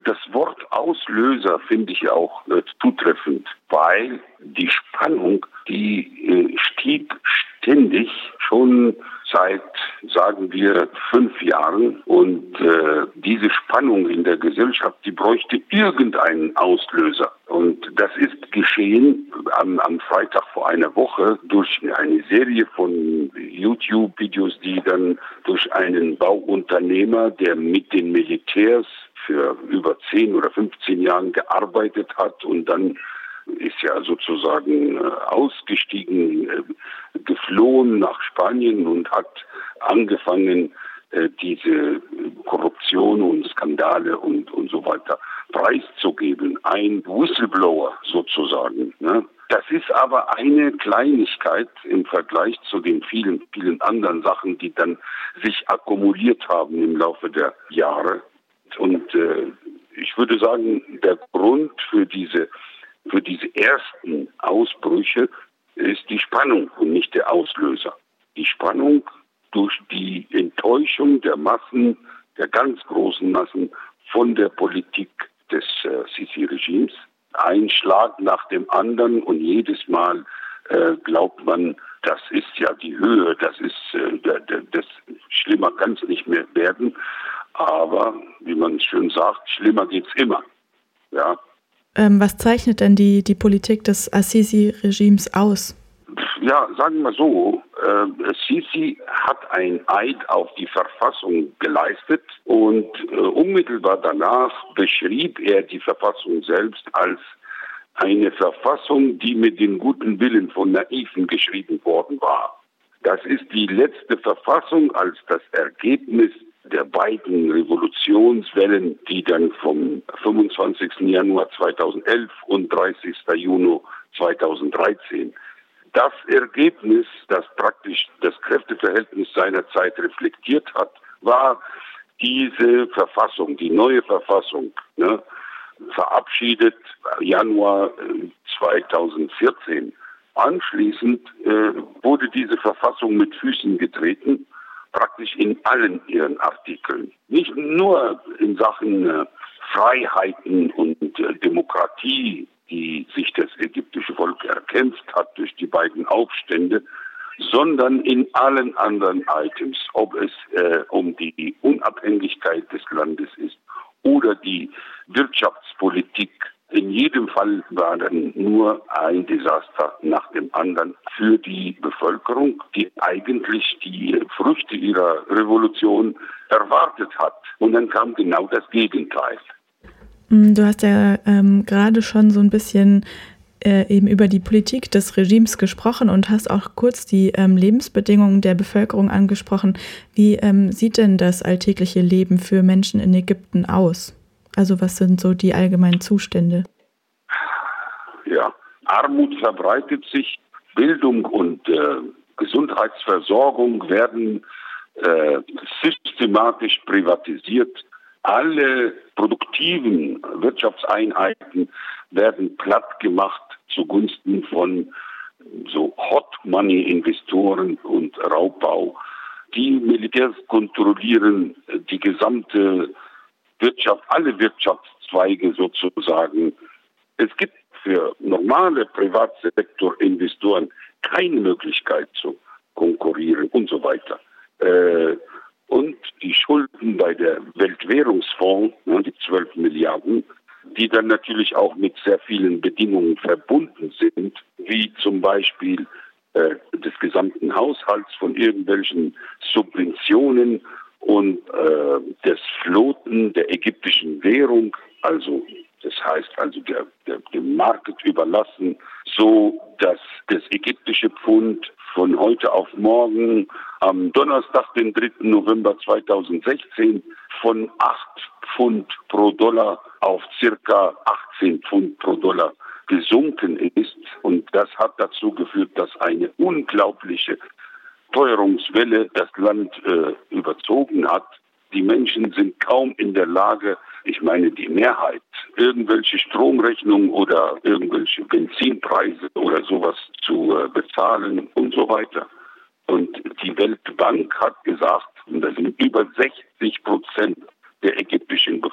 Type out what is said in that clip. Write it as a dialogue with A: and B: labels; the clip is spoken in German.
A: Das Wort Auslöser finde ich auch zutreffend, weil die Spannung, die stieg ständig schon seit, sagen wir, 5 Jahren. Und diese Spannung in der Gesellschaft, die bräuchte irgendeinen Auslöser. Und das ist geschehen am Freitag vor einer Woche durch eine Serie von YouTube-Videos, die dann durch einen Bauunternehmer, der mit den Militärs für über 10 oder 15 Jahren gearbeitet hat und dann ist ja sozusagen ausgestiegen, geflohen nach Spanien und hat angefangen, diese Korruption und Skandale und so weiter preiszugeben. Ein Whistleblower sozusagen. Ne? Das ist aber eine Kleinigkeit im Vergleich zu den vielen, vielen anderen Sachen, die dann sich akkumuliert haben im Laufe der Jahre. Und ich würde sagen, der Grund für diese ersten Ausbrüche ist die Spannung und nicht der Auslöser. Die Spannung durch die Enttäuschung der Massen, der ganz großen Massen von der Politik des Sisi-Regimes. Ein Schlag nach dem anderen und jedes Mal glaubt man, das ist ja die Höhe, das schlimmer kann es nicht mehr werden. Aber, wie man schön sagt, schlimmer geht's immer. Ja.
B: Was zeichnet denn die Politik des Assisi-Regimes aus?
A: Ja, sagen wir so, Sisi hat ein Eid auf die Verfassung geleistet und unmittelbar danach beschrieb er die Verfassung selbst als eine Verfassung, die mit dem guten Willen von Naiven geschrieben worden war. Das ist die letzte Verfassung als das Ergebnis der beiden Revolutionswellen, die dann vom 25. Januar 2011 und 30. Juni 2013. Das Ergebnis, das praktisch das Kräfteverhältnis seiner Zeit reflektiert hat, war diese Verfassung, die neue Verfassung, ne, verabschiedet Januar 2014. Anschließend wurde diese Verfassung mit Füßen getreten, praktisch in allen ihren Artikeln. Nicht nur in Sachen Freiheiten und Demokratie, die sich das ägyptische Volk erkämpft hat durch die beiden Aufstände, sondern in allen anderen Items, ob es um die Unabhängigkeit des Landes ist oder die Wirtschaftspolitik. In jedem Fall war dann nur ein Desaster nach dem anderen für die Bevölkerung, die eigentlich die Früchte ihrer Revolution erwartet hat. Und dann kam genau das Gegenteil.
B: Du hast ja gerade schon so ein bisschen eben über die Politik des Regimes gesprochen und hast auch kurz die Lebensbedingungen der Bevölkerung angesprochen. Wie sieht denn das alltägliche Leben für Menschen in Ägypten aus? Also was sind so die allgemeinen Zustände?
A: Ja, Armut verbreitet sich, Bildung und Gesundheitsversorgung werden systematisch privatisiert. Alle produktiven Wirtschaftseinheiten werden platt gemacht zugunsten von so Hot-Money-Investoren und Raubbau. Die Militärs kontrollieren die gesamte Wirtschaft, alle Wirtschaftszweige sozusagen. Es gibt für normale Privatsektorinvestoren keine Möglichkeit zu konkurrieren und so weiter. Und die Schulden bei der Weltwährungsfonds, die 12 Milliarden, die dann natürlich auch mit sehr vielen Bedingungen verbunden sind, wie zum Beispiel des gesamten Haushalts von irgendwelchen Subventionen und des Floten der ägyptischen Währung, also das heißt also dem Markt überlassen, so dass das ägyptische Pfund von heute auf morgen am Donnerstag, den 3. November 2016, von 8 Pfund pro Dollar auf circa 18 Pfund pro Dollar gesunken ist. Und das hat dazu geführt, dass eine unglaubliche Teuerungswelle das Land überzogen hat. Die Menschen sind kaum in der Lage, ich meine die Mehrheit, irgendwelche Stromrechnungen oder irgendwelche Benzinpreise oder sowas zu bezahlen und so weiter. Und die Weltbank hat gesagt, und das sind über 60% der ägyptischen Bevölkerung,